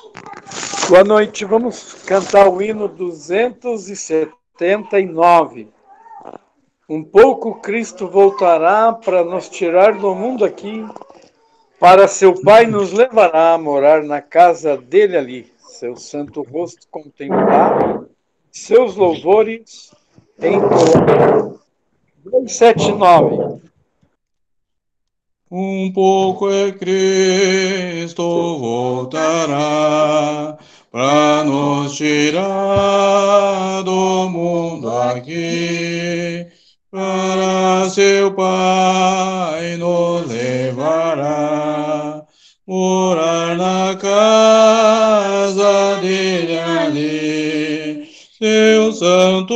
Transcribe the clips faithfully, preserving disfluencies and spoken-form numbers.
Boa noite, vamos cantar o hino duzentos e setenta e nove. Um pouco Cristo voltará para nos tirar do mundo aqui, para seu Pai nos levará a morar na casa dele ali, seu santo rosto contemplar, seus louvores entoar. duzentos e setenta e nove. Um pouco é Cristo voltará para nos tirar do mundo aqui, para seu Pai nos levará, morar na casa dele ali, seu santo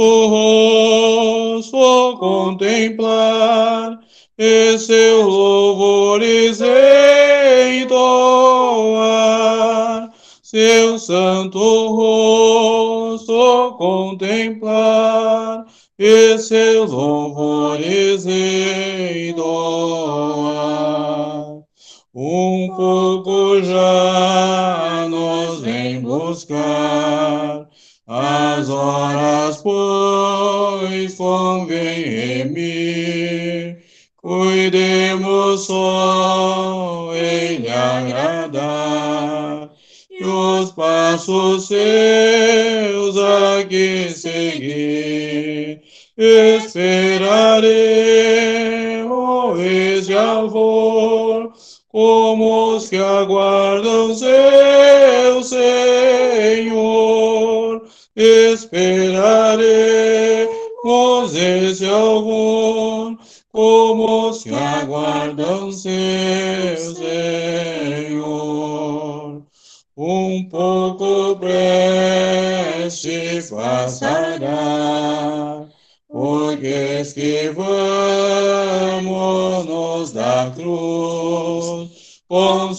rosto contemplar, e seus louvores entoar, seu santo rosto contemplar, e seus louvores entoar. Um pouco já nos vem buscar, as horas, pois, convém remir. Cuidemos só Ele agradar, e os passos seus aqui seguir. Esperaremos esse alvor, como os que aguardam seu Senhor. Esperaremos esse alvor, como os que aguardam seu Senhor. Um pouco preste passará, porque esquivamos-nos da cruz, com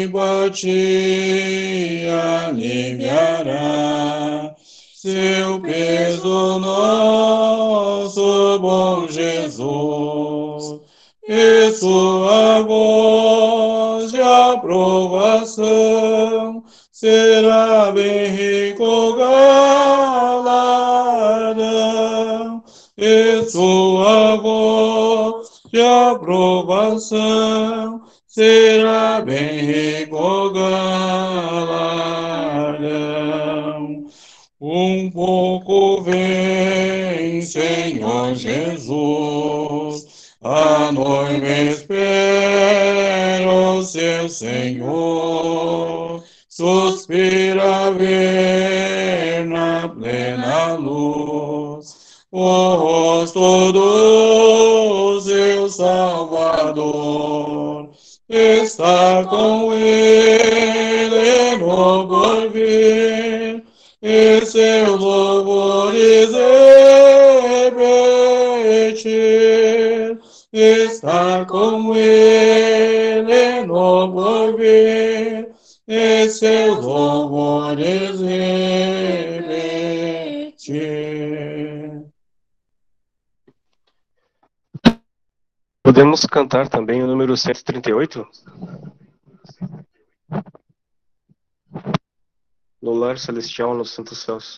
simpatia aliviará seu peso nosso bom Jesus, e sua voz de aprovação será bem rico galardão, e sua voz de aprovação será bem rico galardão. Um pouco vem, Senhor Jesus, a noiva espera o seu Senhor, suspira ver na plena luz o rosto do seu Salvador. Está com ele no porvir, e seus louvores repetir. Está com ele no porvir, e seus louvores repetir. Podemos cantar também o número cento e trinta e oito? No lar celestial nos santos céus.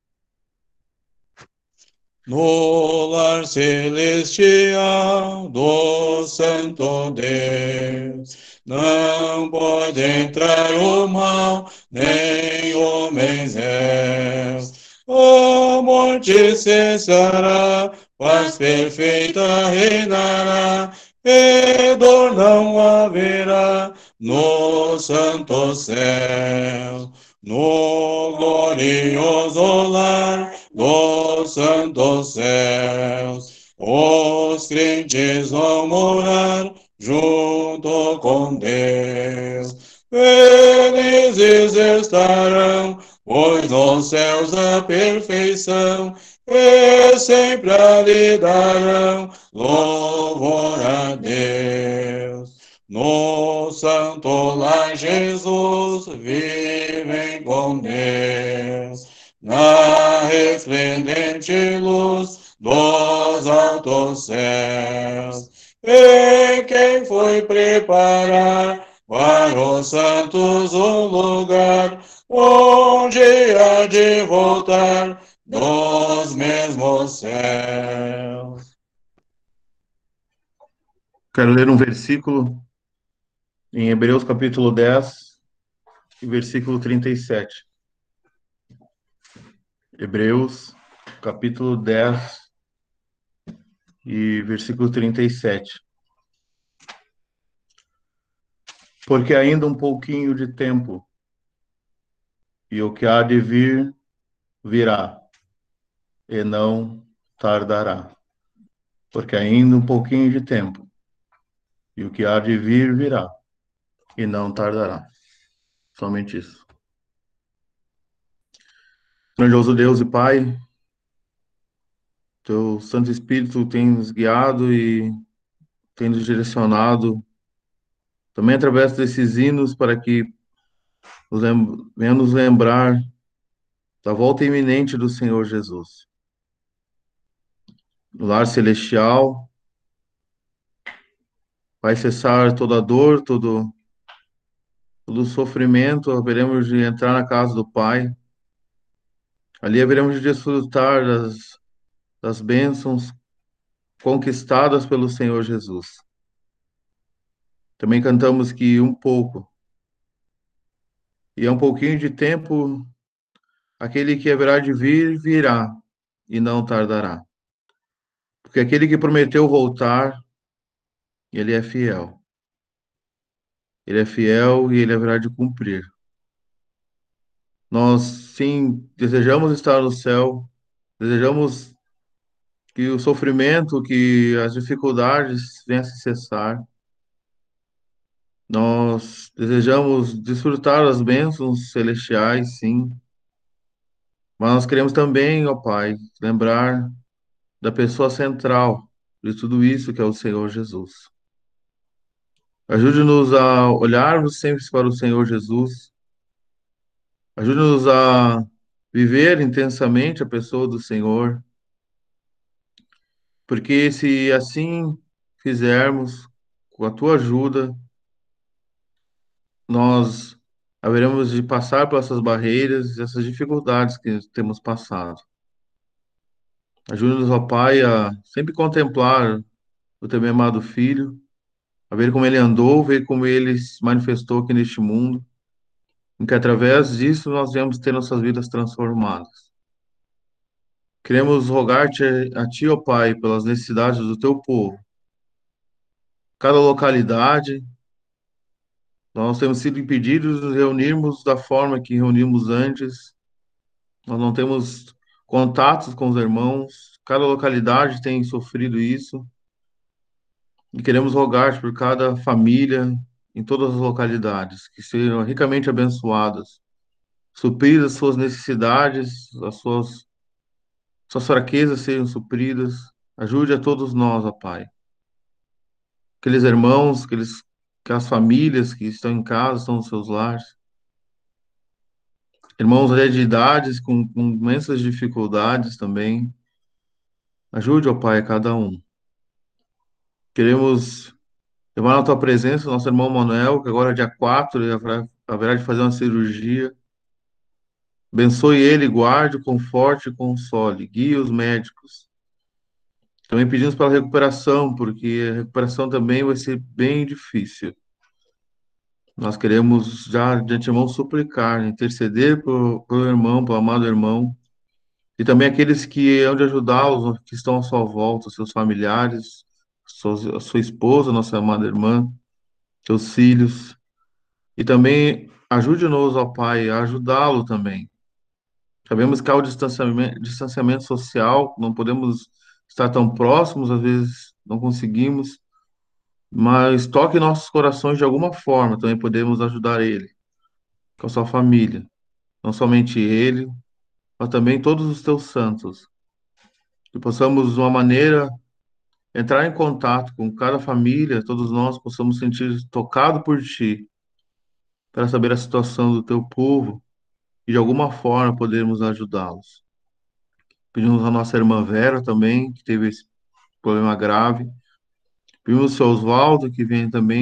No lar celestial do santo Deus, não pode entrar o mal, nem homens réus. A morte cessará, paz perfeita reinará, e dor não haverá no santo céu. No glorioso lar dos santos céus, os crentes vão morar junto com Deus. Felizes estarão, pois nos céus a perfeição, e sempre ali darão louvor a Deus. No santo lar Jesus vivem com Deus, na resplendente luz dos altos céus. E quem foi preparar para os santos o lugar, onde há de voltar dos mesmos céus. Quero ler um versículo em Hebreus capítulo dez, versículo trinta e sete. Hebreus capítulo dez e versículo trinta e sete. Porque ainda um pouquinho de tempo, e o que há de vir, virá, e não tardará. Porque ainda um pouquinho de tempo, e o que há de vir, virá, e não tardará. Somente isso. Grandioso Deus e Pai, Teu Santo Espírito tem nos guiado e tem nos direcionado, também através desses hinos, para que nos lem- venha nos lembrar da volta iminente do Senhor Jesus. No lar celestial, vai cessar toda dor, todo, todo sofrimento, haveremos de entrar na casa do Pai. Ali haveremos de desfrutar das, das bênçãos conquistadas pelo Senhor Jesus. Também cantamos que um pouco, e é um pouquinho de tempo, aquele que haverá de vir, virá, e não tardará. Porque aquele que prometeu voltar, ele é fiel. Ele é fiel e ele haverá de cumprir. Nós, sim, desejamos estar no céu, desejamos que o sofrimento, que as dificuldades venham a se cessar. Nós desejamos desfrutar as bênçãos celestiais, sim, mas nós queremos também, ó Pai, lembrar da pessoa central de tudo isso, que é o Senhor Jesus. Ajude-nos a olharmos sempre para o Senhor Jesus. Ajude-nos a viver intensamente a pessoa do Senhor, porque se assim fizermos, com a tua ajuda, nós haveremos de passar por essas barreiras, essas dificuldades que temos passado. Ajuda-nos, ó Pai, a sempre contemplar o teu bem amado Filho, a ver como ele andou, ver como ele se manifestou aqui neste mundo, em que através disso nós viemos ter nossas vidas transformadas. Queremos rogar-te a ti, ó Pai, pelas necessidades do teu povo. Cada localidade, nós temos sido impedidos de nos reunirmos da forma que reunimos antes. Nós não temos contatos com os irmãos. Cada localidade tem sofrido isso. E queremos rogar por cada família em todas as localidades, que sejam ricamente abençoadas, supridas as suas necessidades, as suas, suas fraquezas sejam supridas. Ajude a todos nós, ó Pai. Aqueles irmãos, aqueles, aquelas famílias que estão em casa, estão nos seus lares. Irmãos até de idades com, com imensas dificuldades também. Ajude, ó Pai, a cada um. Queremos levar na tua presença o nosso irmão Manuel, que agora é dia quatro, ele haverá, haverá de fazer uma cirurgia. Abençoe ele, guarde, conforte e console. Guie os médicos. Também pedimos pela recuperação, porque a recuperação também vai ser bem difícil. Nós queremos já de antemão suplicar, interceder pelo, pelo irmão, pelo amado irmão, e também aqueles que hão de ajudá-los, que estão à sua volta, seus familiares, suas- a sua esposa, nossa amada irmã, seus filhos. E também ajude-nos, ó Pai, a ajudá-lo também. Sabemos que há o distanciamento, distanciamento social, não podemos estar tão próximos, às vezes não conseguimos, mas toque em nossos corações de alguma forma, também podemos ajudar ele, com a sua família. Não somente ele, mas também todos os teus santos. Que possamos, de uma maneira, entrar em contato com cada família, todos nós possamos sentir tocado por ti, para saber a situação do teu povo e, de alguma forma, podermos ajudá-los. Pedimos a nossa irmã Vera também, que teve esse problema grave. Pedimos ao seu Oswaldo, que vem também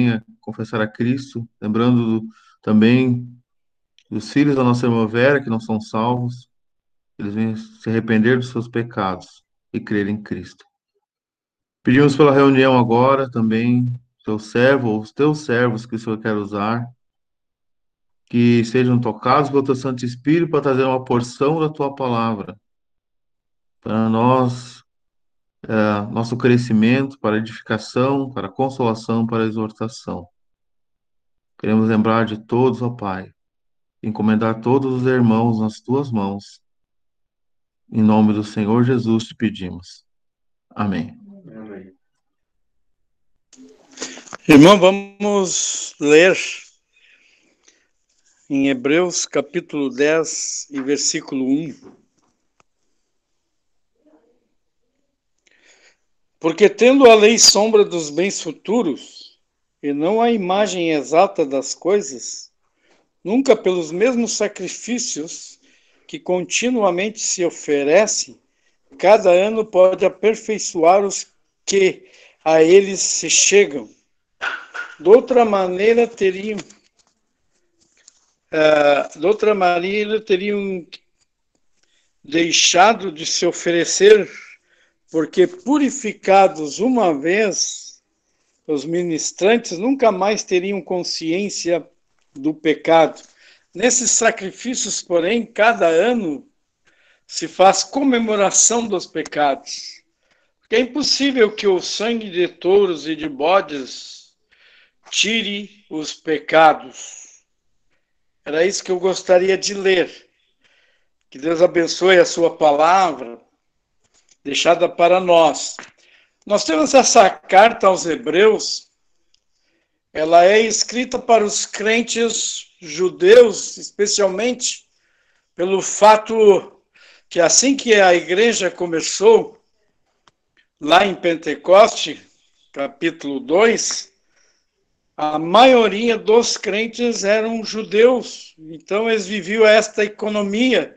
confessar a Cristo, lembrando do, também dos filhos da nossa irmã Vera, que não são salvos, eles vêm se arrepender dos seus pecados e crer em Cristo. Pedimos pela reunião agora também, teu servo, os teus servos que o Senhor quer usar, que sejam tocados pelo teu Santo Espírito para trazer uma porção da tua palavra, para nós, é, nosso crescimento, para edificação, para consolação, para exortação. Queremos lembrar de todos, ó Pai, encomendar todos os irmãos nas tuas mãos. Em nome do Senhor Jesus te pedimos. Amém. Amém. Irmão, vamos ler em Hebreus capítulo dez e versículo um. Porque tendo a lei sombra dos bens futuros, e não a imagem exata das coisas, nunca pelos mesmos sacrifícios que continuamente se oferecem, cada ano pode aperfeiçoar os que a eles se chegam. De outra maneira teriam, uh, de outra maneira teriam deixado de se oferecer, porque purificados uma vez, os ministrantes nunca mais teriam consciência do pecado. Nesses sacrifícios, porém, cada ano se faz comemoração dos pecados. Porque é impossível que o sangue de touros e de bodes tire os pecados. Era isso que eu gostaria de ler. Que Deus abençoe a sua palavra, deixada para nós. Nós temos essa carta aos Hebreus, ela é escrita para os crentes judeus, especialmente pelo fato que assim que a igreja começou, lá em Pentecoste, capítulo dois, a maioria dos crentes eram judeus, então eles viviam esta economia.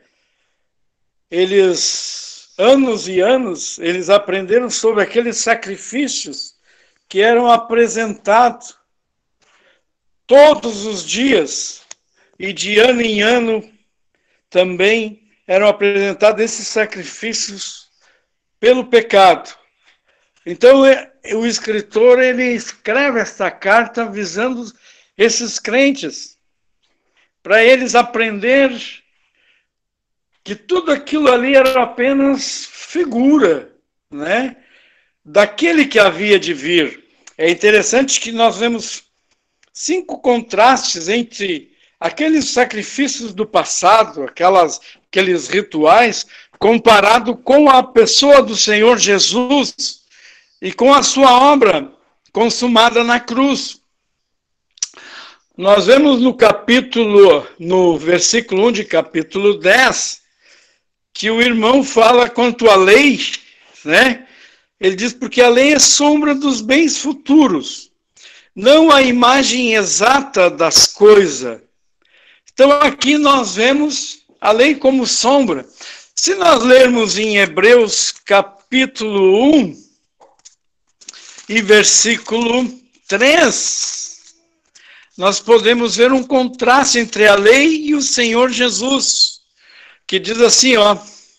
Eles, anos e anos, eles aprenderam sobre aqueles sacrifícios que eram apresentados todos os dias, e de ano em ano também eram apresentados esses sacrifícios pelo pecado. Então, o escritor, ele escreve esta carta visando esses crentes, para eles aprender que tudo aquilo ali era apenas figura, né, daquele que havia de vir. É interessante que nós vemos cinco contrastes entre aqueles sacrifícios do passado, aquelas, aqueles rituais, comparado com a pessoa do Senhor Jesus e com a sua obra consumada na cruz. Nós vemos no capítulo, no versículo um de capítulo dez, que o irmão fala quanto à lei, né? Ele diz, porque a lei é sombra dos bens futuros, não a imagem exata das coisas. Então aqui nós vemos a lei como sombra. Se nós lermos em Hebreus capítulo um e versículo três, nós podemos ver um contraste entre a lei e o Senhor Jesus, que diz assim, ó,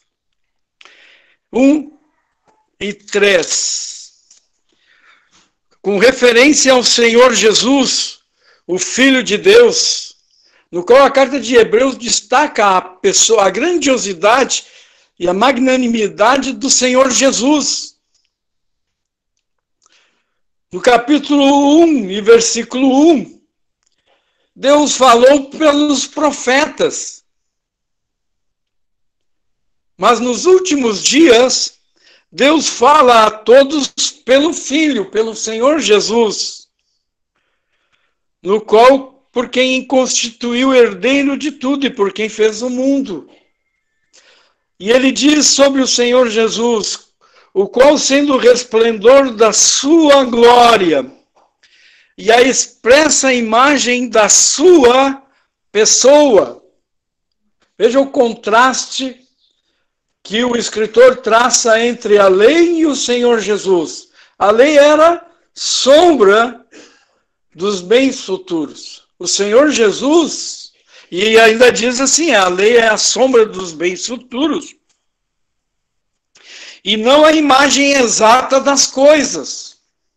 um e três, com referência ao Senhor Jesus, o Filho de Deus, no qual a carta de Hebreus destaca a pessoa, a grandiosidade e a magnanimidade do Senhor Jesus. No capítulo um e versículo um, Deus falou pelos profetas, mas nos últimos dias, Deus fala a todos pelo Filho, pelo Senhor Jesus, no qual, por quem constituiu o herdeiro de tudo e por quem fez o mundo. E ele diz sobre o Senhor Jesus, o qual, sendo o resplendor da sua glória e a expressa imagem da sua pessoa. Veja o contraste que o escritor traça entre a lei e o Senhor Jesus. A lei era sombra dos bens futuros. O Senhor Jesus, e ainda diz assim, a lei é a sombra dos bens futuros, e não a imagem exata das coisas,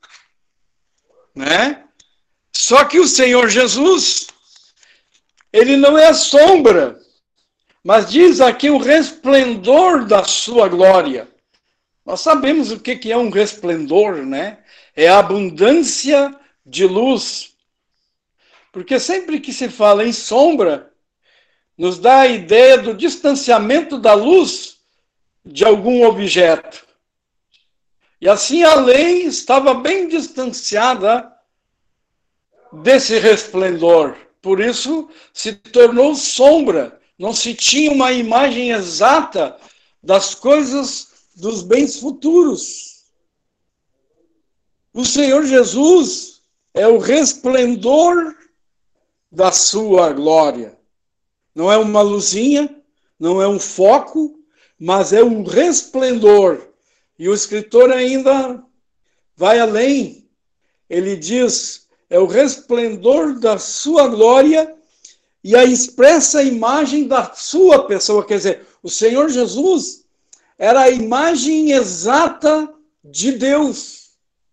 né? Só que o Senhor Jesus, ele não é a sombra, mas diz aqui o resplendor da sua glória. Nós sabemos o que é um resplendor, né? É a abundância de luz. Porque sempre que se fala em sombra, nos dá a ideia do distanciamento da luz de algum objeto. E assim a lei estava bem distanciada desse resplendor. Por isso se tornou sombra. Não se tinha uma imagem exata das coisas dos bens futuros. O Senhor Jesus é o resplendor da sua glória. Não é uma luzinha, não é um foco, mas é um resplendor. E o escritor ainda vai além. Ele diz, é o resplendor da sua glória e a expressa imagem da sua pessoa. Quer dizer, o Senhor Jesus era a imagem exata de Deus.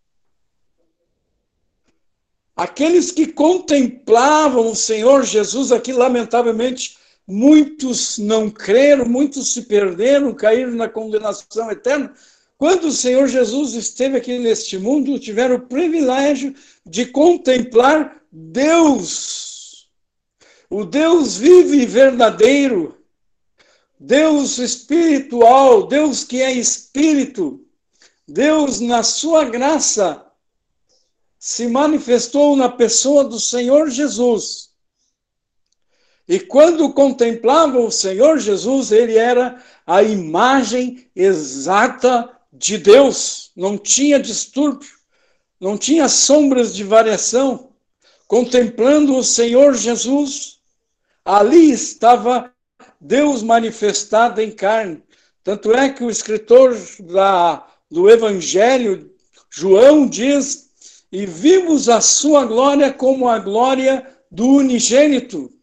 Aqueles que contemplavam o Senhor Jesus aqui, lamentavelmente, muitos não creram, muitos se perderam, caíram na condenação eterna. Quando o Senhor Jesus esteve aqui neste mundo, tiveram o privilégio de contemplar Deus, o Deus vivo e verdadeiro, Deus espiritual, Deus que é espírito, Deus na sua graça, se manifestou na pessoa do Senhor Jesus. E quando contemplavam o Senhor Jesus, ele era a imagem exata de Deus. Não tinha distúrbio, não tinha sombras de variação. Contemplando o Senhor Jesus, ali estava Deus manifestado em carne. Tanto é que o escritor da, do Evangelho, João, diz: e vimos a sua glória como a glória do unigênito.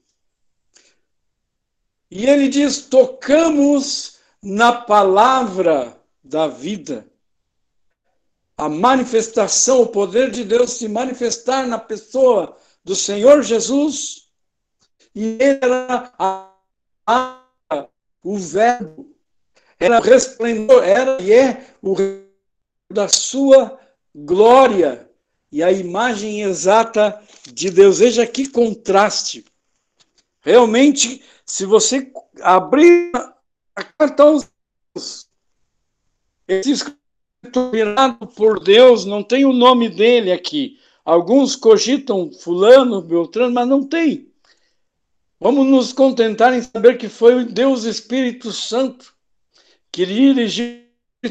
E ele diz, tocamos na palavra da vida. A manifestação, o poder de Deus se manifestar na pessoa do Senhor Jesus, e ele era a, a, o verbo, era o resplendor, era e é o da sua glória. E a imagem exata de Deus. Veja que contraste. Realmente, se você abrir a carta aos Deus, esse escrito inspirado por Deus, não tem o nome dele aqui. Alguns cogitam fulano, Beltrano, mas não tem. Vamos nos contentar em saber que foi o Deus Espírito Santo que dirigiu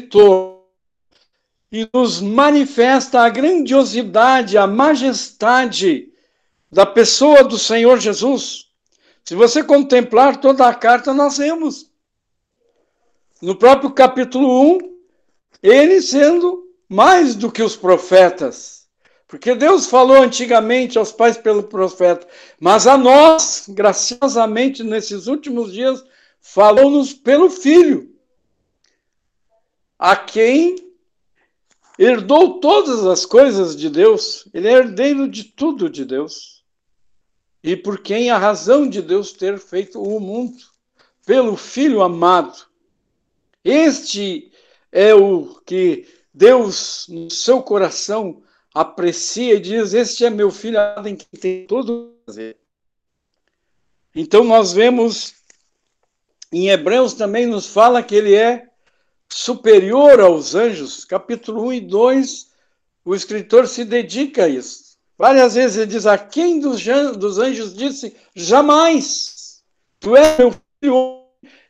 e nos manifesta a grandiosidade, a majestade da pessoa do Senhor Jesus. Se você contemplar toda a carta, nós vemos. No próprio capítulo um, ele sendo mais do que os profetas. Porque Deus falou antigamente aos pais pelo profeta, mas a nós, graciosamente, nesses últimos dias, falou-nos pelo Filho, a quem herdou todas as coisas de Deus. Ele é herdeiro de tudo de Deus. E por quem a razão de Deus ter feito o mundo, pelo Filho amado. Este é o que Deus, no seu coração, aprecia e diz, este é meu Filho amado em quem tem todo o prazer. Então nós vemos, em Hebreus também nos fala que ele é superior aos anjos. Capítulo um e dois, o escritor se dedica a isso. Várias vezes ele diz, a quem dos, dos anjos disse, jamais, tu és meu filho.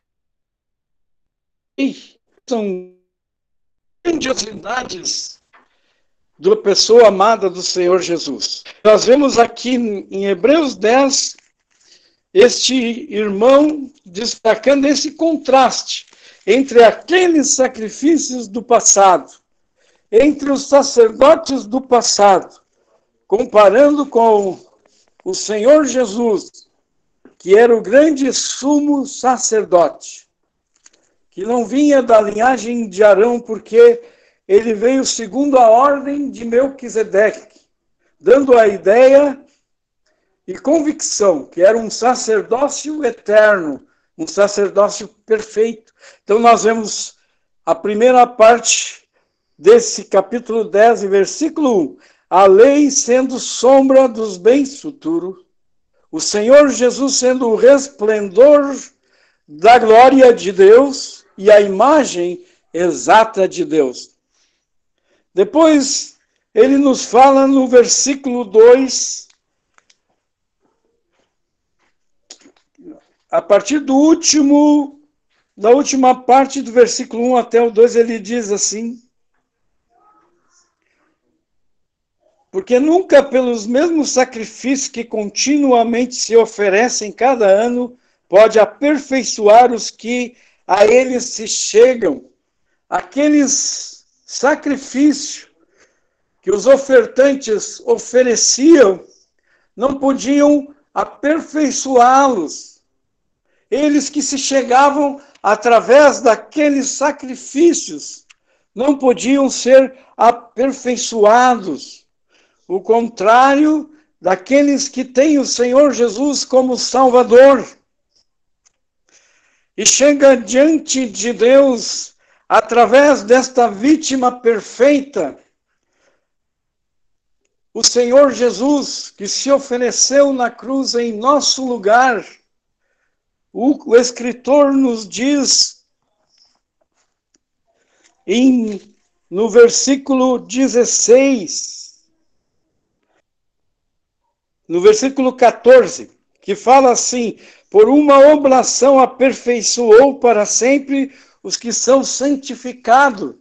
São grandiosidades da pessoa amada do Senhor Jesus. Nós vemos aqui em Hebreus dez, este irmão destacando esse contraste entre aqueles sacrifícios do passado, entre os sacerdotes do passado, comparando com o Senhor Jesus, que era o grande sumo sacerdote, que não vinha da linhagem de Arão, porque ele veio segundo a ordem de Melquisedeque, dando a ideia e convicção que era um sacerdócio eterno, um sacerdócio perfeito. Então nós vemos a primeira parte desse capítulo dez, versículo um. A lei sendo sombra dos bens futuros, o Senhor Jesus sendo o resplendor da glória de Deus e a imagem exata de Deus. Depois, ele nos fala no versículo dois, a partir do último, da última parte do versículo um até o dois, ele diz assim: porque nunca pelos mesmos sacrifícios que continuamente se oferecem cada ano, pode aperfeiçoar os que a eles se chegam. Aqueles sacrifícios que os ofertantes ofereciam não podiam aperfeiçoá-los. Eles que se chegavam através daqueles sacrifícios não podiam ser aperfeiçoados. O contrário daqueles que têm o Senhor Jesus como Salvador. E chega diante de Deus através desta vítima perfeita, o Senhor Jesus, que se ofereceu na cruz em nosso lugar. O, o escritor nos diz, em, no versículo dezesseis, no versículo quatorze, que fala assim: por uma oblação aperfeiçoou para sempre os que são santificados.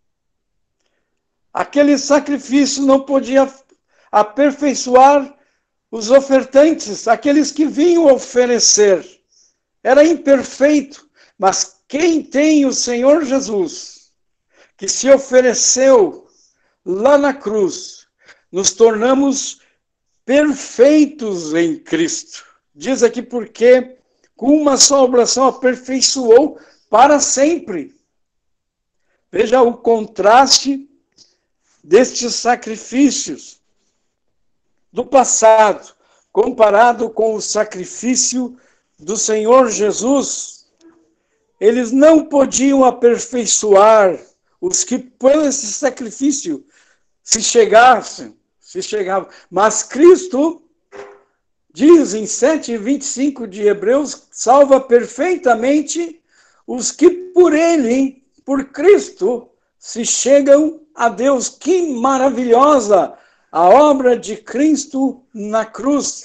Aquele sacrifício não podia aperfeiçoar os ofertantes, aqueles que vinham oferecer. Era imperfeito, mas quem tem o Senhor Jesus, que se ofereceu lá na cruz, nos tornamos perfeitos em Cristo. Diz aqui porque com uma só oblação aperfeiçoou para sempre. Veja o contraste destes sacrifícios do passado, comparado com o sacrifício do Senhor Jesus. Eles não podiam aperfeiçoar os que por esse sacrifício se chegassem, se chegavam. Mas Cristo, diz em sete, vinte e cinco de Hebreus, salva perfeitamente os que por ele, por Cristo, se chegam a Deus. Que maravilhosa a obra de Cristo na cruz!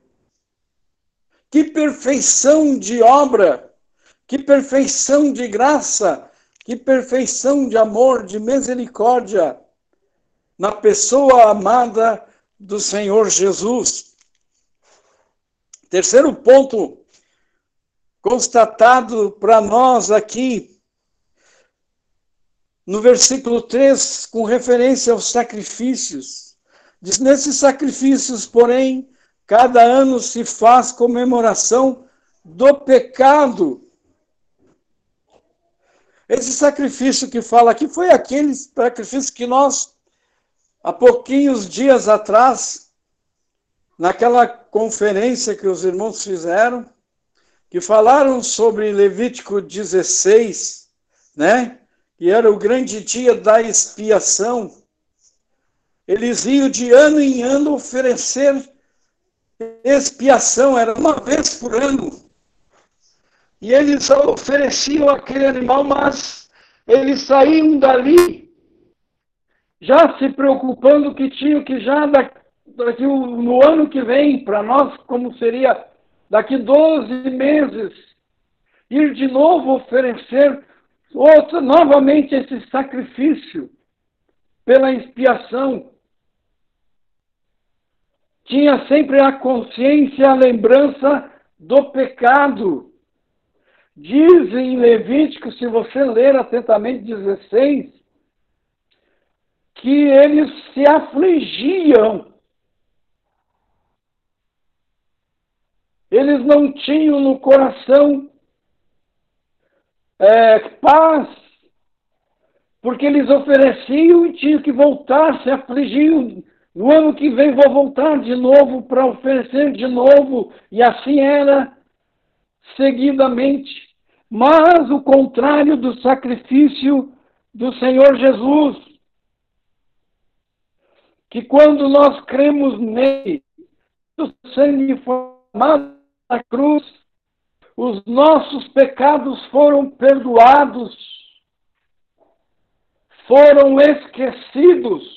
Que perfeição de obra! Que perfeição de graça! Que perfeição de amor, de misericórdia na pessoa amada do Senhor Jesus. Terceiro ponto constatado para nós aqui, no versículo três, com referência aos sacrifícios. Diz: nesses sacrifícios, porém, cada ano se faz comemoração do pecado. Esse sacrifício que fala aqui foi aquele sacrifício que nós, há pouquinhos dias atrás, naquela conferência que os irmãos fizeram, que falaram sobre Levítico dezesseis, né? Que era o grande dia da expiação. Eles iam de ano em ano oferecer expiação, era uma vez por ano. E eles ofereciam aquele animal, mas eles saíam dali já se preocupando que tinham que já daqui, no ano que vem, para nós, como seria daqui doze meses, ir de novo oferecer outro, novamente esse sacrifício pela expiação. Tinha sempre a consciência, a lembrança do pecado. Diz em Levítico, se você ler atentamente dezesseis, que eles se afligiam Eles não tinham no coração é, paz, porque eles ofereciam e tinham que voltar, se afligiam. No ano que vem vou voltar de novo para oferecer de novo. E assim era seguidamente. Mas o contrário do sacrifício do Senhor Jesus, que quando nós cremos nele, o sangue foi derramado na cruz, os nossos pecados foram perdoados, foram esquecidos.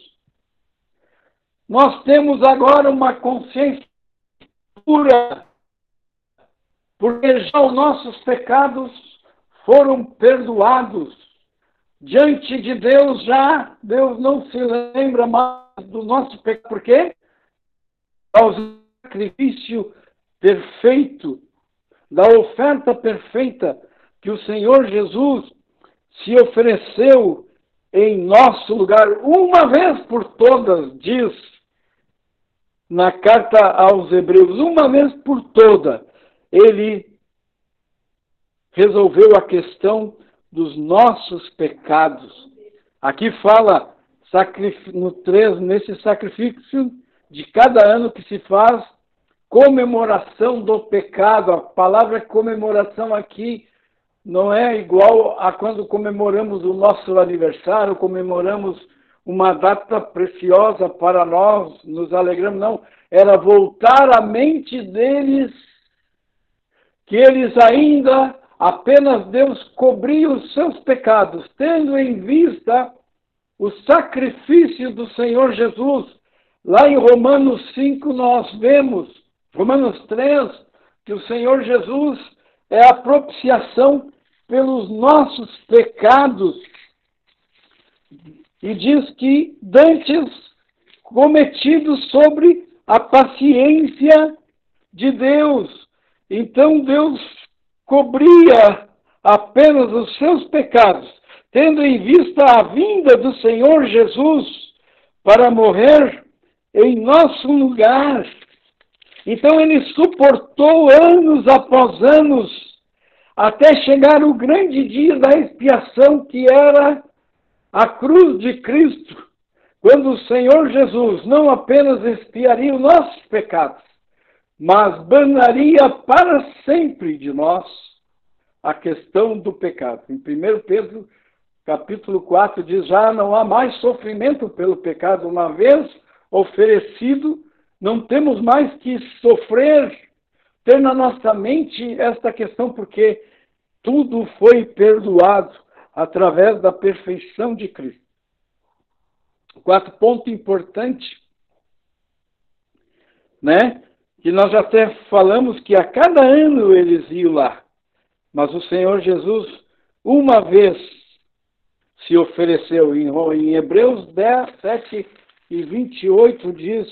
Nós temos agora uma consciência pura, porque já os nossos pecados foram perdoados. Diante de Deus já, Deus não se lembra mais do nosso pecado. Por quê? Ao sacrifício perfeito, da oferta perfeita que o Senhor Jesus se ofereceu em nosso lugar, uma vez por todas, diz na carta aos Hebreus, uma vez por toda, ele resolveu a questão dos nossos pecados. Aqui fala no três, nesse sacrifício de cada ano que se faz, comemoração do pecado. A palavra comemoração aqui não é igual a quando comemoramos o nosso aniversário, comemoramos uma data preciosa para nós, nos alegramos, não. Era voltar a mente deles, que eles ainda, apenas Deus cobria os seus pecados, tendo em vista o sacrifício do Senhor Jesus. Lá em Romanos cinco nós vemos, Romanos três, que o Senhor Jesus é a propiciação pelos nossos pecados. E diz que dantes cometidos sobre a paciência de Deus. Então Deus cobria apenas os seus pecados, tendo em vista a vinda do Senhor Jesus para morrer em nosso lugar. Então ele suportou anos após anos, até chegar o grande dia da expiação, que era a cruz de Cristo, quando o Senhor Jesus não apenas expiaria os nossos pecados, mas banaria para sempre de nós a questão do pecado. Em primeiro Pedro, capítulo quatro, diz, já não há mais sofrimento pelo pecado, uma vez oferecido, não temos mais que sofrer, ter na nossa mente esta questão, porque tudo foi perdoado através da perfeição de Cristo. Quarto ponto importante, né? Que nós já até falamos que a cada ano eles iam lá, mas o Senhor Jesus, uma vez, se ofereceu. Em, em Hebreus dez, sete e vinte e oito diz,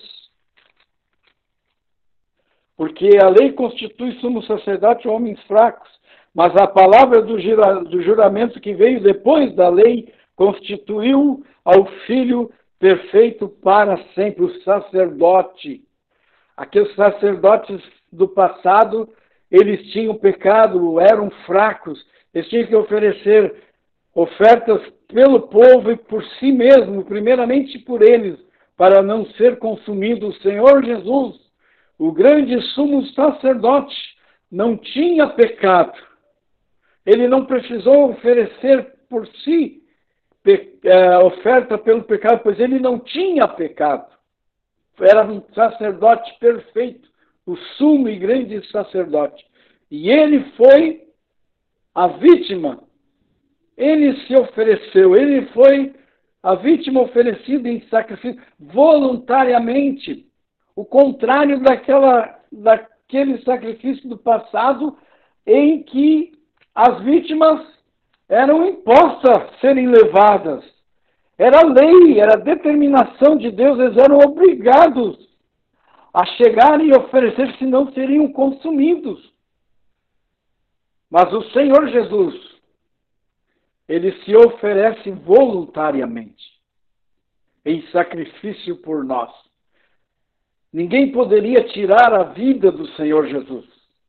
porque a lei constitui sumo sacerdote a homens fracos, mas a palavra do, jura, do juramento que veio depois da lei constituiu ao Filho perfeito para sempre, o sacerdote. Aqueles sacerdotes do passado, eles tinham pecado, eram fracos, eles tinham que oferecer ofertas pelo povo e por si mesmo, primeiramente por eles, para não ser consumido. O Senhor Jesus, o grande sumo sacerdote, não tinha pecado. Ele não precisou oferecer por si pe- é, oferta pelo pecado, pois ele não tinha pecado. Era um sacerdote perfeito, o sumo e grande sacerdote. E ele foi a vítima. Ele se ofereceu, ele foi a vítima oferecida em sacrifício voluntariamente. O contrário daquela, daquele sacrifício do passado, em que as vítimas eram impostas a serem levadas. Era lei, era determinação de Deus, eles eram obrigados a chegar e oferecer, senão seriam consumidos. Mas o Senhor Jesus, ele se oferece voluntariamente, em sacrifício por nós. Ninguém poderia tirar a vida do Senhor Jesus.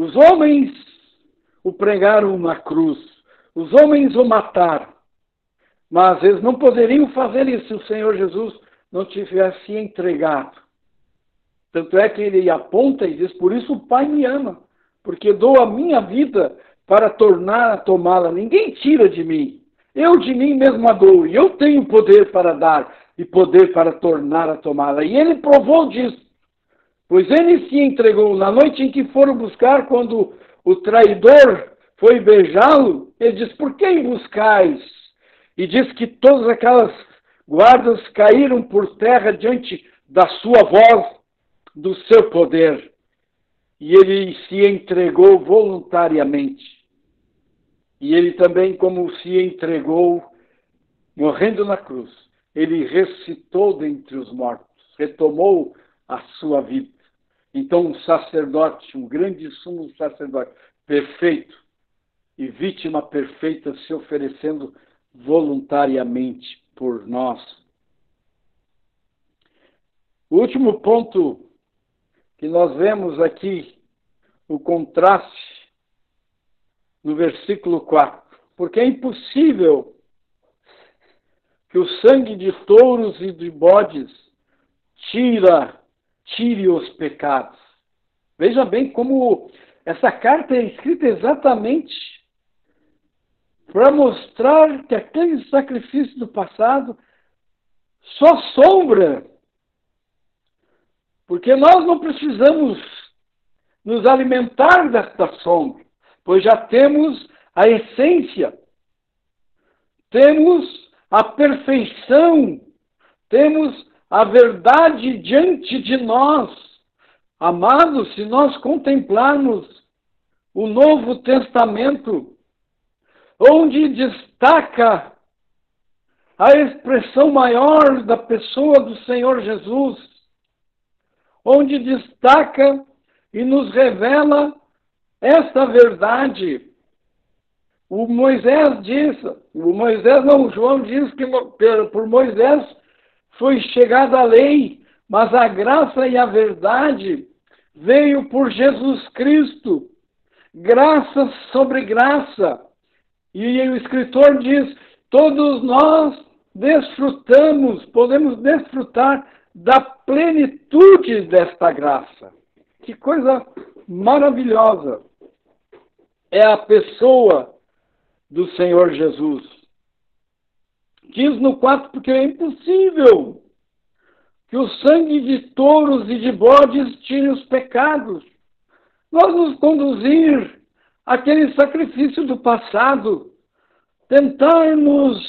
Os homens o pregaram na cruz. Os homens o mataram. Mas eles não poderiam fazer isso se o Senhor Jesus não tivesse entregado. Tanto é que ele aponta e diz, por isso o Pai me ama, porque dou a minha vida para tornar a tomá-la. Ninguém tira de mim. Eu de mim mesmo a dou. E eu tenho poder para dar e poder para tornar a tomá-la. E ele provou disso. Pois ele se entregou na noite em que foram buscar, quando o traidor foi beijá-lo, ele diz, por quem buscais? E diz que todas aquelas guardas caíram por terra diante da sua voz, do seu poder. E ele se entregou voluntariamente. E ele também, como se entregou, morrendo na cruz, ele ressuscitou dentre os mortos, retomou a sua vida. Então, um sacerdote, um grande sumo sacerdote, perfeito e vítima perfeita, se oferecendo voluntariamente por nós. O último ponto que nós vemos aqui, o contraste no versículo quatro. Porque é impossível que o sangue de touros e de bodes tira, tire os pecados. Veja bem como essa carta é escrita exatamente para mostrar que aquele sacrifício do passado só sombra. Porque nós não precisamos nos alimentar desta sombra, pois já temos a essência, temos a perfeição, temos a verdade diante de nós. Amados, se nós contemplarmos o Novo Testamento, onde destaca a expressão maior da pessoa do Senhor Jesus, onde destaca e nos revela esta verdade. O Moisés diz, o Moisés não, o João diz que por Moisés foi chegada a lei, mas a graça e a verdade veio por Jesus Cristo, graça sobre graça. E o escritor diz, todos nós desfrutamos, podemos desfrutar da plenitude desta graça. Que coisa maravilhosa é a pessoa do Senhor Jesus. Diz no quatro, porque é impossível que o sangue de touros e de bodes tire os pecados. Nós nos conduzir àquele sacrifício do passado, tentarmos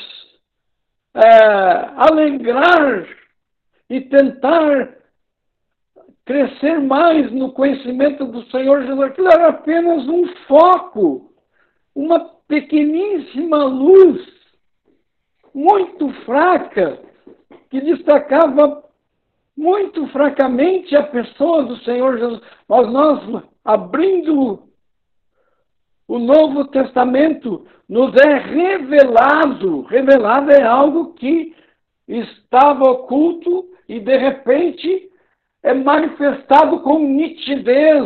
é, alegrar e tentar crescer mais no conhecimento do Senhor Jesus. Aquilo era apenas um foco, uma pequeníssima luz, muito fraca, que destacava muito fracamente a pessoa do Senhor Jesus. Mas nós, abrindo o Novo Testamento, nos é revelado, revelado é algo que estava oculto e, de repente, é manifestado com nitidez.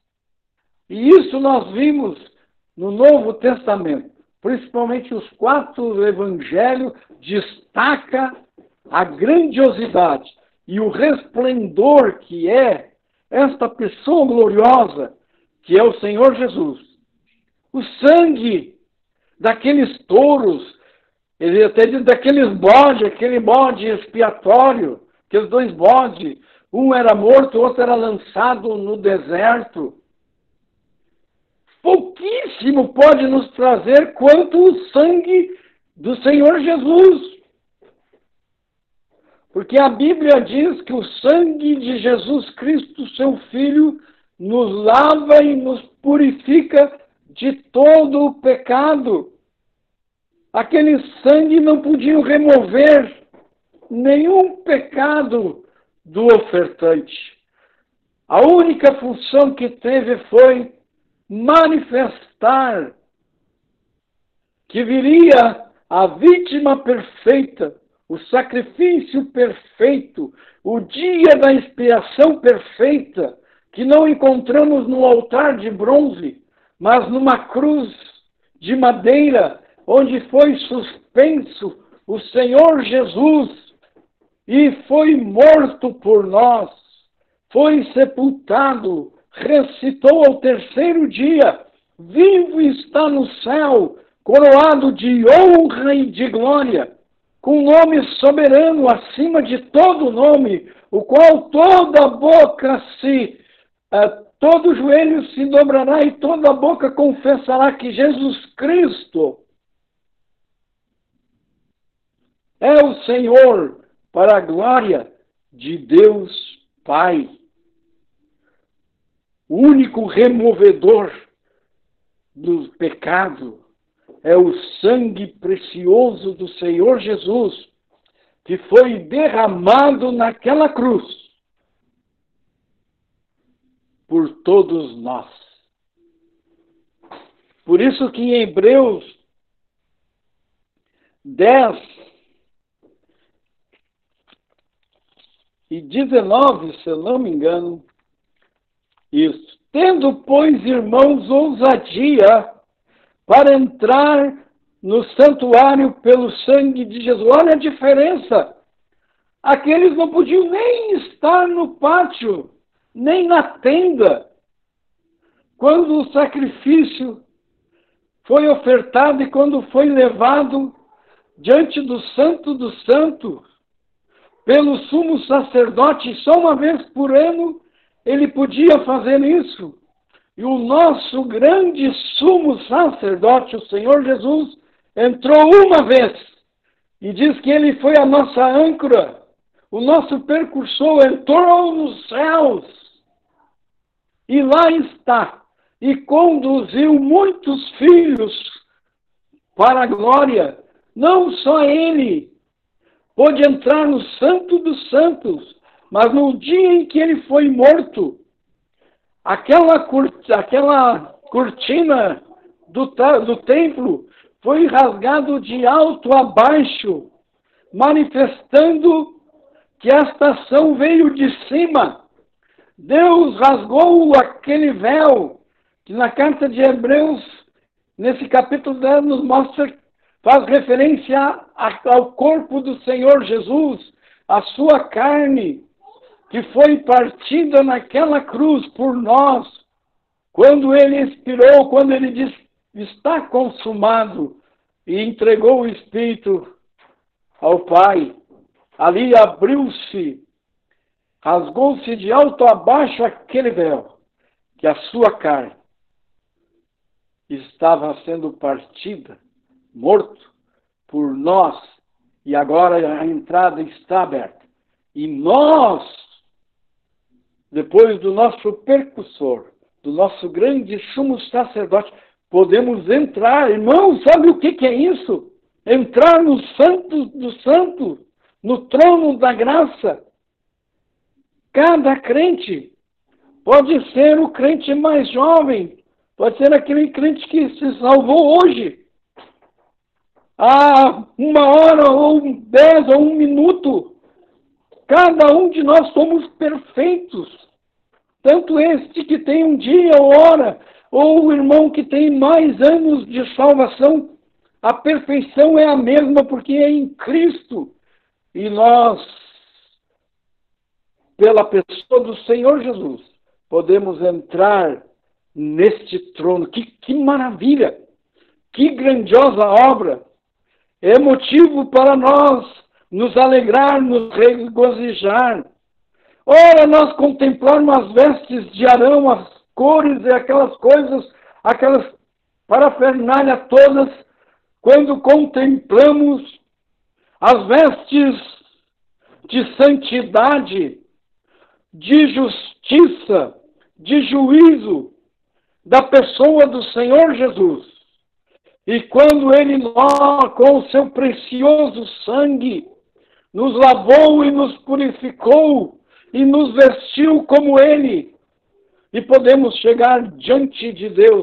E isso nós vimos no Novo Testamento. Principalmente os quatro evangelhos destaca a grandiosidade e o resplendor que é esta pessoa gloriosa, que é o Senhor Jesus. O sangue daqueles touros, ele até diz daqueles bodes, aquele bode expiatório, aqueles dois bodes, um era morto, o outro era lançado no deserto. Pouquíssimo pode nos trazer quanto o sangue do Senhor Jesus. Porque a Bíblia diz que o sangue de Jesus Cristo, seu Filho, nos lava e nos purifica de todo o pecado. Aquele sangue não podia remover nenhum pecado do ofertante. A única função que teve foi manifestar que viria a vítima perfeita, o sacrifício perfeito, o dia da expiação perfeita, que não encontramos no altar de bronze, mas numa cruz de madeira, onde foi suspenso o Senhor Jesus e foi morto por nós, foi sepultado, ressuscitou ao terceiro dia, vivo está no céu, coroado de honra e de glória, com nome soberano acima de todo nome, o qual toda boca se, uh, todo joelho se dobrará e toda boca confessará que Jesus Cristo é o Senhor, para a glória de Deus Pai. O único removedor do pecado é o sangue precioso do Senhor Jesus, que foi derramado naquela cruz por todos nós. Por isso que em Hebreus dez e dezenove, se eu não me engano, isso. Tendo, pois, irmãos, ousadia para entrar no santuário pelo sangue de Jesus. Olha a diferença. Aqueles não podiam nem estar no pátio, nem na tenda. Quando o sacrifício foi ofertado e quando foi levado diante do Santo dos Santos, pelo sumo sacerdote, só uma vez por ano, ele podia fazer isso. E o nosso grande sumo sacerdote, o Senhor Jesus, entrou uma vez. E diz que ele foi a nossa âncora. O nosso percursor entrou nos céus. E lá está. E conduziu muitos filhos para a glória. Não só ele pôde entrar no Santo dos Santos, mas no dia em que ele foi morto, aquela, cur, aquela cortina do, do templo foi rasgado de alto a baixo, manifestando que esta ação veio de cima. Deus rasgou aquele véu, que na carta de Hebreus, nesse capítulo dez, nos mostra, faz referência ao corpo do Senhor Jesus, a sua carne, que foi partida naquela cruz por nós, quando ele expirou, quando ele disse, está consumado, e entregou o Espírito ao Pai. Ali abriu-se, rasgou-se de alto a baixo aquele véu, que a sua carne estava sendo partida, morto por nós, e agora a entrada está aberta. E nós, depois do nosso percussor, do nosso grande sumo sacerdote, podemos entrar. Irmão, sabe o que, que é isso? Entrar no santo do santo, no trono da graça. Cada crente pode ser o crente mais jovem, pode ser aquele crente que se salvou hoje, há uma hora, ou dez, ou um minuto. Cada um de nós somos perfeitos. Tanto este que tem um dia ou hora, ou o irmão que tem mais anos de salvação, a perfeição é a mesma, porque é em Cristo. E nós, pela pessoa do Senhor Jesus, podemos entrar neste trono. Que, que maravilha! Que grandiosa obra! É motivo para nós nos alegrar, nos regozijar. Ora, nós contemplarmos as vestes de Arão, as cores e aquelas coisas, aquelas parafernália todas, quando contemplamos as vestes de santidade, de justiça, de juízo da pessoa do Senhor Jesus. E quando Ele, com o seu precioso sangue, nos lavou e nos purificou e nos vestiu como Ele, e podemos chegar diante de Deus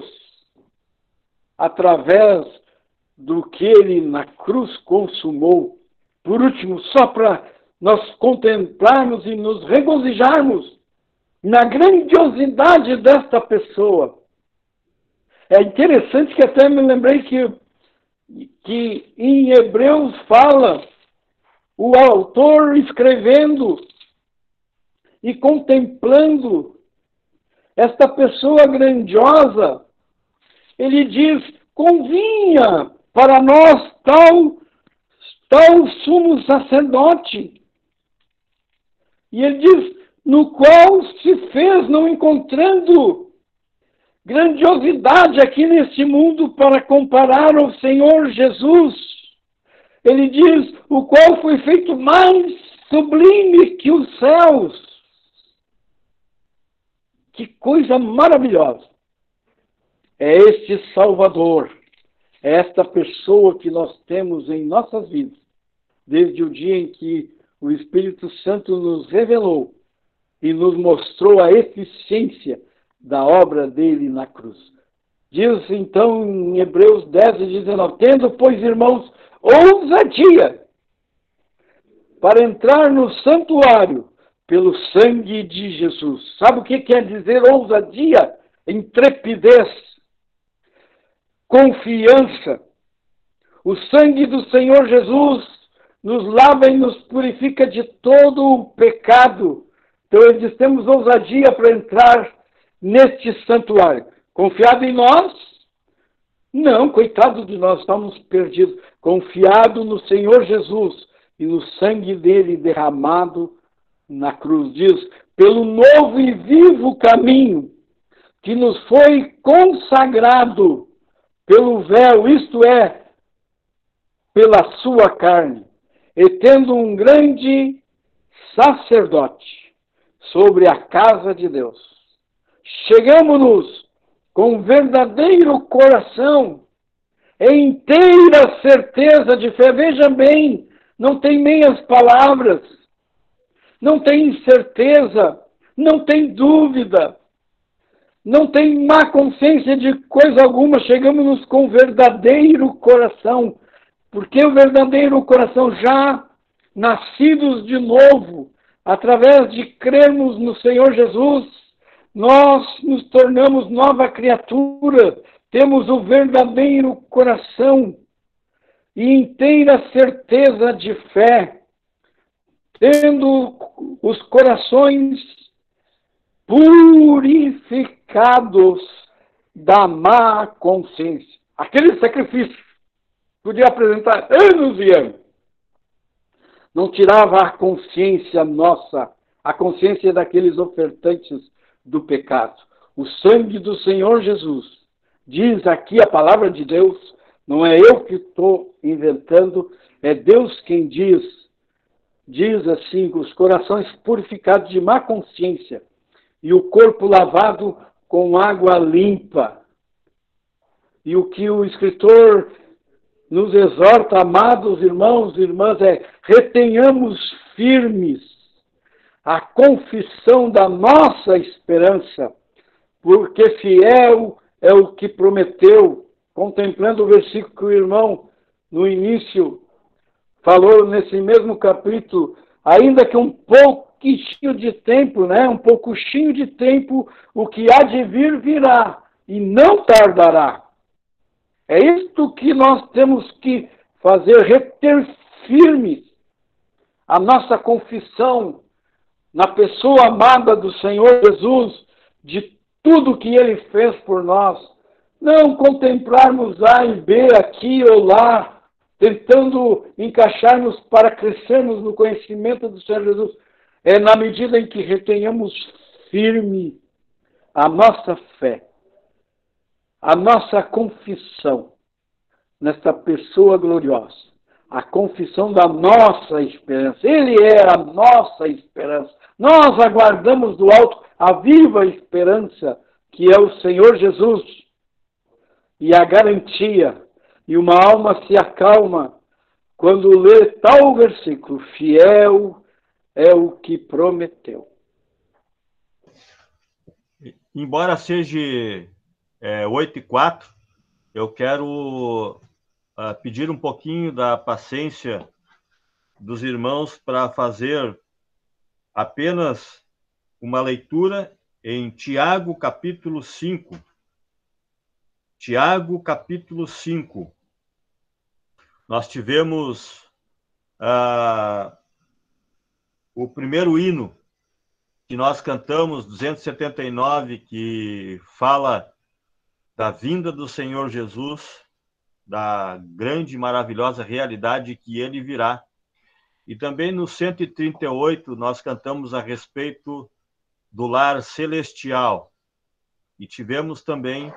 através do que Ele na cruz consumou. Por último, só para nós contemplarmos e nos regozijarmos, na grandiosidade desta pessoa. É interessante que até me lembrei que, que em Hebreus fala o autor escrevendo e contemplando esta pessoa grandiosa. Ele diz: convinha para nós tal, tal sumo sacerdote. E ele diz: no qual se fez, não encontrando grandiosidade aqui neste mundo para comparar ao Senhor Jesus. Ele diz: o qual foi feito mais sublime que os céus. Que coisa maravilhosa! É este Salvador, é esta pessoa que nós temos em nossas vidas, desde o dia em que o Espírito Santo nos revelou e nos mostrou a eficiência da obra dele na cruz. Diz então em Hebreus dez e dezenove, tendo, pois, irmãos, ousadia para entrar no santuário pelo sangue de Jesus. Sabe o que quer dizer ousadia? Intrepidez, confiança. O sangue do Senhor Jesus nos lava e nos purifica de todo o pecado. Então ele diz, temos ousadia para entrar neste santuário. Confiado em nós? Não, coitado de nós, estamos perdidos. Confiado no Senhor Jesus e no sangue dele derramado na cruz. Diz, pelo novo e vivo caminho que nos foi consagrado pelo véu, isto é, pela sua carne, e tendo um grande sacerdote sobre a casa de Deus. Chegamos-nos com verdadeiro coração, em inteira certeza de fé. Veja bem, não tem meias palavras, não tem incerteza, não tem dúvida, não tem má consciência de coisa alguma. Chegamos-nos com verdadeiro coração, porque o verdadeiro coração, já nascidos de novo, através de crermos no Senhor Jesus, nós nos tornamos nova criatura, temos o verdadeiro coração e inteira certeza de fé, tendo os corações purificados da má consciência. Aquele sacrifício podia apresentar anos e anos, não tirava a consciência nossa, a consciência daqueles ofertantes do pecado. O sangue do Senhor Jesus, diz aqui a palavra de Deus, não é eu que estou inventando, é Deus quem diz. Diz assim, os corações purificados de má consciência e o corpo lavado com água limpa. E o que o escritor nos exorta, amados irmãos e irmãs, é retenhamos firmes a confissão da nossa esperança, porque fiel é o que prometeu. Contemplando o versículo que o irmão, no início, falou nesse mesmo capítulo, ainda que um pouquinho de tempo, né, um pouquinho de tempo, o que há de vir virá, e não tardará. É isto que nós temos que fazer, reter firme a nossa confissão na pessoa amada do Senhor Jesus, de tudo que Ele fez por nós. Não contemplarmos A e B aqui ou lá, tentando encaixarmos para crescermos no conhecimento do Senhor Jesus. É na medida em que retenhamos firme a nossa fé, a nossa confissão nesta pessoa gloriosa, a confissão da nossa esperança. Ele é a nossa esperança. Nós aguardamos do alto a viva esperança que é o Senhor Jesus, e a garantia, e uma alma se acalma quando lê tal versículo: fiel é o que prometeu. Embora seja é, oito e quatro, eu quero uh, pedir um pouquinho da paciência dos irmãos para fazer apenas uma leitura em Tiago, capítulo cinco. Tiago, capítulo cinco. Nós tivemos ah, o primeiro hino que nós cantamos, duzentos e setenta e nove, que fala da vinda do Senhor Jesus, da grande e maravilhosa realidade que ele virá. E também no cento e trinta e oito nós cantamos a respeito do lar celestial. E tivemos também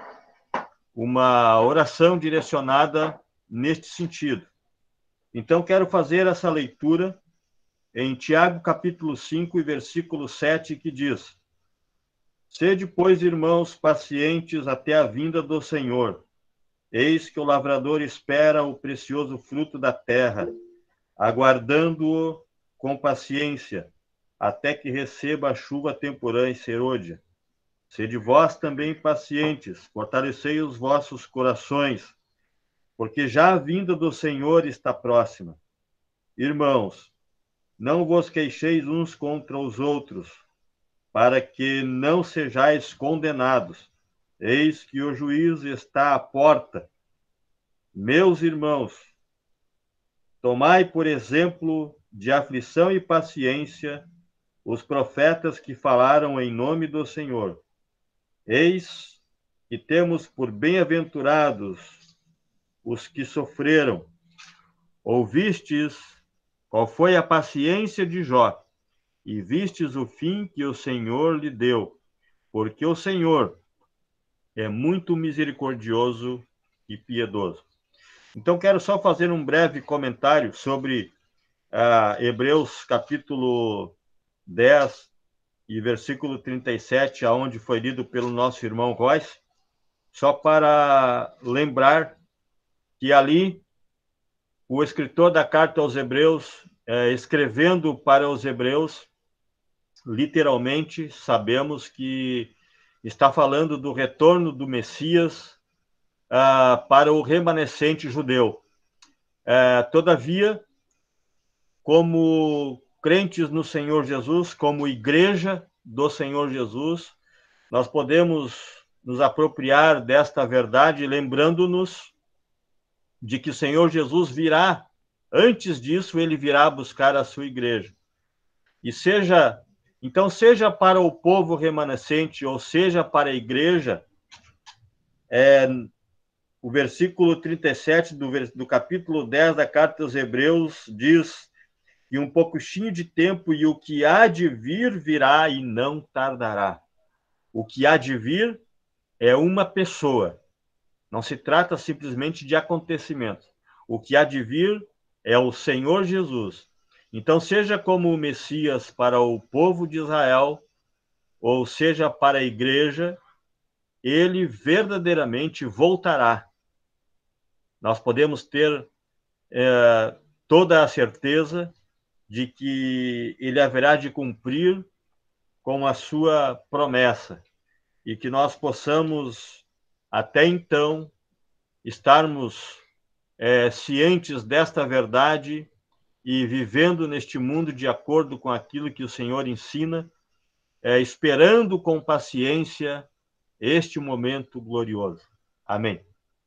uma oração direcionada neste sentido. Então, quero fazer essa leitura em Tiago, capítulo cinco, e versículo sete, que diz: Sede, pois, irmãos, pacientes até a vinda do Senhor. Eis que o lavrador espera o precioso fruto da terra, aguardando-o com paciência, até que receba a chuva temporã e serôdia. Sede vós também pacientes, fortalecei os vossos corações, porque já a vinda do Senhor está próxima. Irmãos, não vos queixeis uns contra os outros, para que não sejais condenados. Eis que o juízo está à porta. Meus irmãos, tomai por exemplo de aflição e paciência os profetas que falaram em nome do Senhor. Eis que temos por bem-aventurados os que sofreram. Ouvistes qual foi a paciência de Jó, e vistes o fim que o Senhor lhe deu, porque o Senhor é muito misericordioso e piedoso. Então, quero só fazer um breve comentário sobre uh, Hebreus, capítulo dez, e versículo trinta e sete, aonde foi lido pelo nosso irmão Royce, só para lembrar que ali o escritor da carta aos Hebreus, eh, escrevendo para os Hebreus, literalmente, sabemos que está falando do retorno do Messias uh, para o remanescente judeu. Uh, todavia, como crentes no Senhor Jesus, como igreja do Senhor Jesus, nós podemos nos apropriar desta verdade, lembrando-nos de que o Senhor Jesus virá. Antes disso, ele virá buscar a sua igreja. E seja, então, seja para o povo remanescente, ou seja para a igreja, é, o versículo trinta e sete do, do capítulo dez da carta aos Hebreus diz: e um pouquinho de tempo, e o que há de vir, virá e não tardará. O que há de vir é uma pessoa. Não se trata simplesmente de acontecimento. O que há de vir é o Senhor Jesus. Então, seja como o Messias para o povo de Israel, ou seja para a igreja, ele verdadeiramente voltará. Nós podemos ter é, toda a certeza de que ele haverá de cumprir com a sua promessa, e que nós possamos, até então, estarmos é, cientes desta verdade e vivendo neste mundo de acordo com aquilo que o Senhor ensina, é, esperando com paciência este momento glorioso. Amém.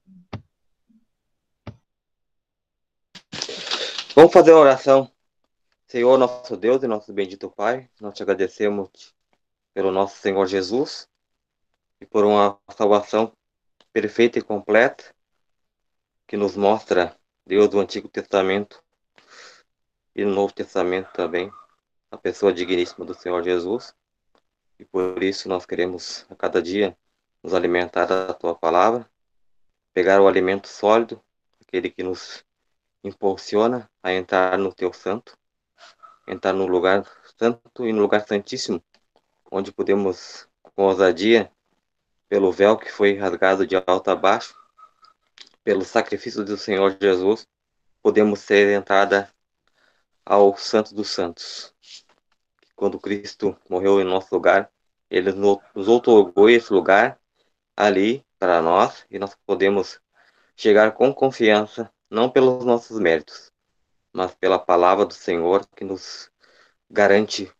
Vamos fazer uma oração. Senhor, nosso Deus e nosso bendito Pai, nós te agradecemos pelo nosso Senhor Jesus e por uma salvação perfeita e completa que nos mostra Deus do Antigo Testamento e no Novo Testamento também, a pessoa digníssima do Senhor Jesus. E por isso nós queremos a cada dia nos alimentar da tua palavra, pegar o alimento sólido, aquele que nos impulsiona a entrar no teu santo, entrar no lugar santo e no lugar santíssimo, onde podemos, com ousadia, pelo véu que foi rasgado de alto a baixo, pelo sacrifício do Senhor Jesus, podemos ser entrada ao Santo dos Santos. Quando Cristo morreu em nosso lugar, ele nos outorgou esse lugar ali para nós, e nós podemos chegar com confiança, não pelos nossos méritos, mas pela palavra do Senhor, que nos garante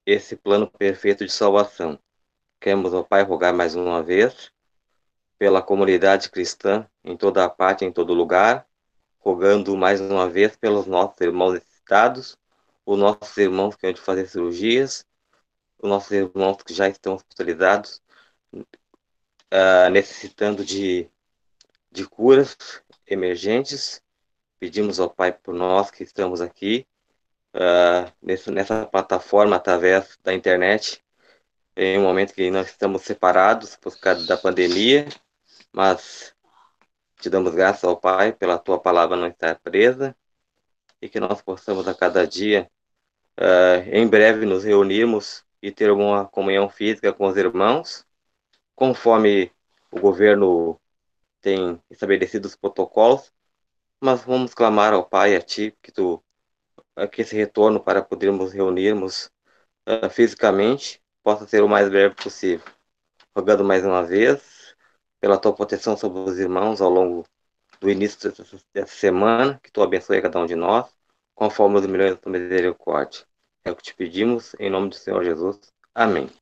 esse plano perfeito de salvação. Queremos, ó Pai, rogar mais uma vez pela comunidade cristã em toda a parte, em todo lugar, rogando mais uma vez pelos nossos irmãos necessitados, os nossos irmãos que vão fazer cirurgias, os nossos irmãos que já estão hospitalizados, uh, necessitando de, de curas emergentes. Pedimos ao Pai por nós que estamos aqui, uh, nessa, nessa plataforma, através da internet, em um momento que nós estamos separados por causa da pandemia, mas te damos graças ao Pai pela tua palavra não estar presa e que nós possamos a cada dia, uh, em breve, nos reunirmos e ter uma comunhão física com os irmãos, conforme o governo tem estabelecido os protocolos, mas vamos clamar ao Pai, a Ti, que tu, que esse retorno para podermos reunirmos uh, fisicamente possa ser o mais breve possível. Rogando mais uma vez pela tua proteção sobre os irmãos ao longo do início dessa, dessa semana, que tu abençoe a cada um de nós, conforme os milhões da tua misericórdia. É o que te pedimos, em nome do Senhor Jesus. Amém.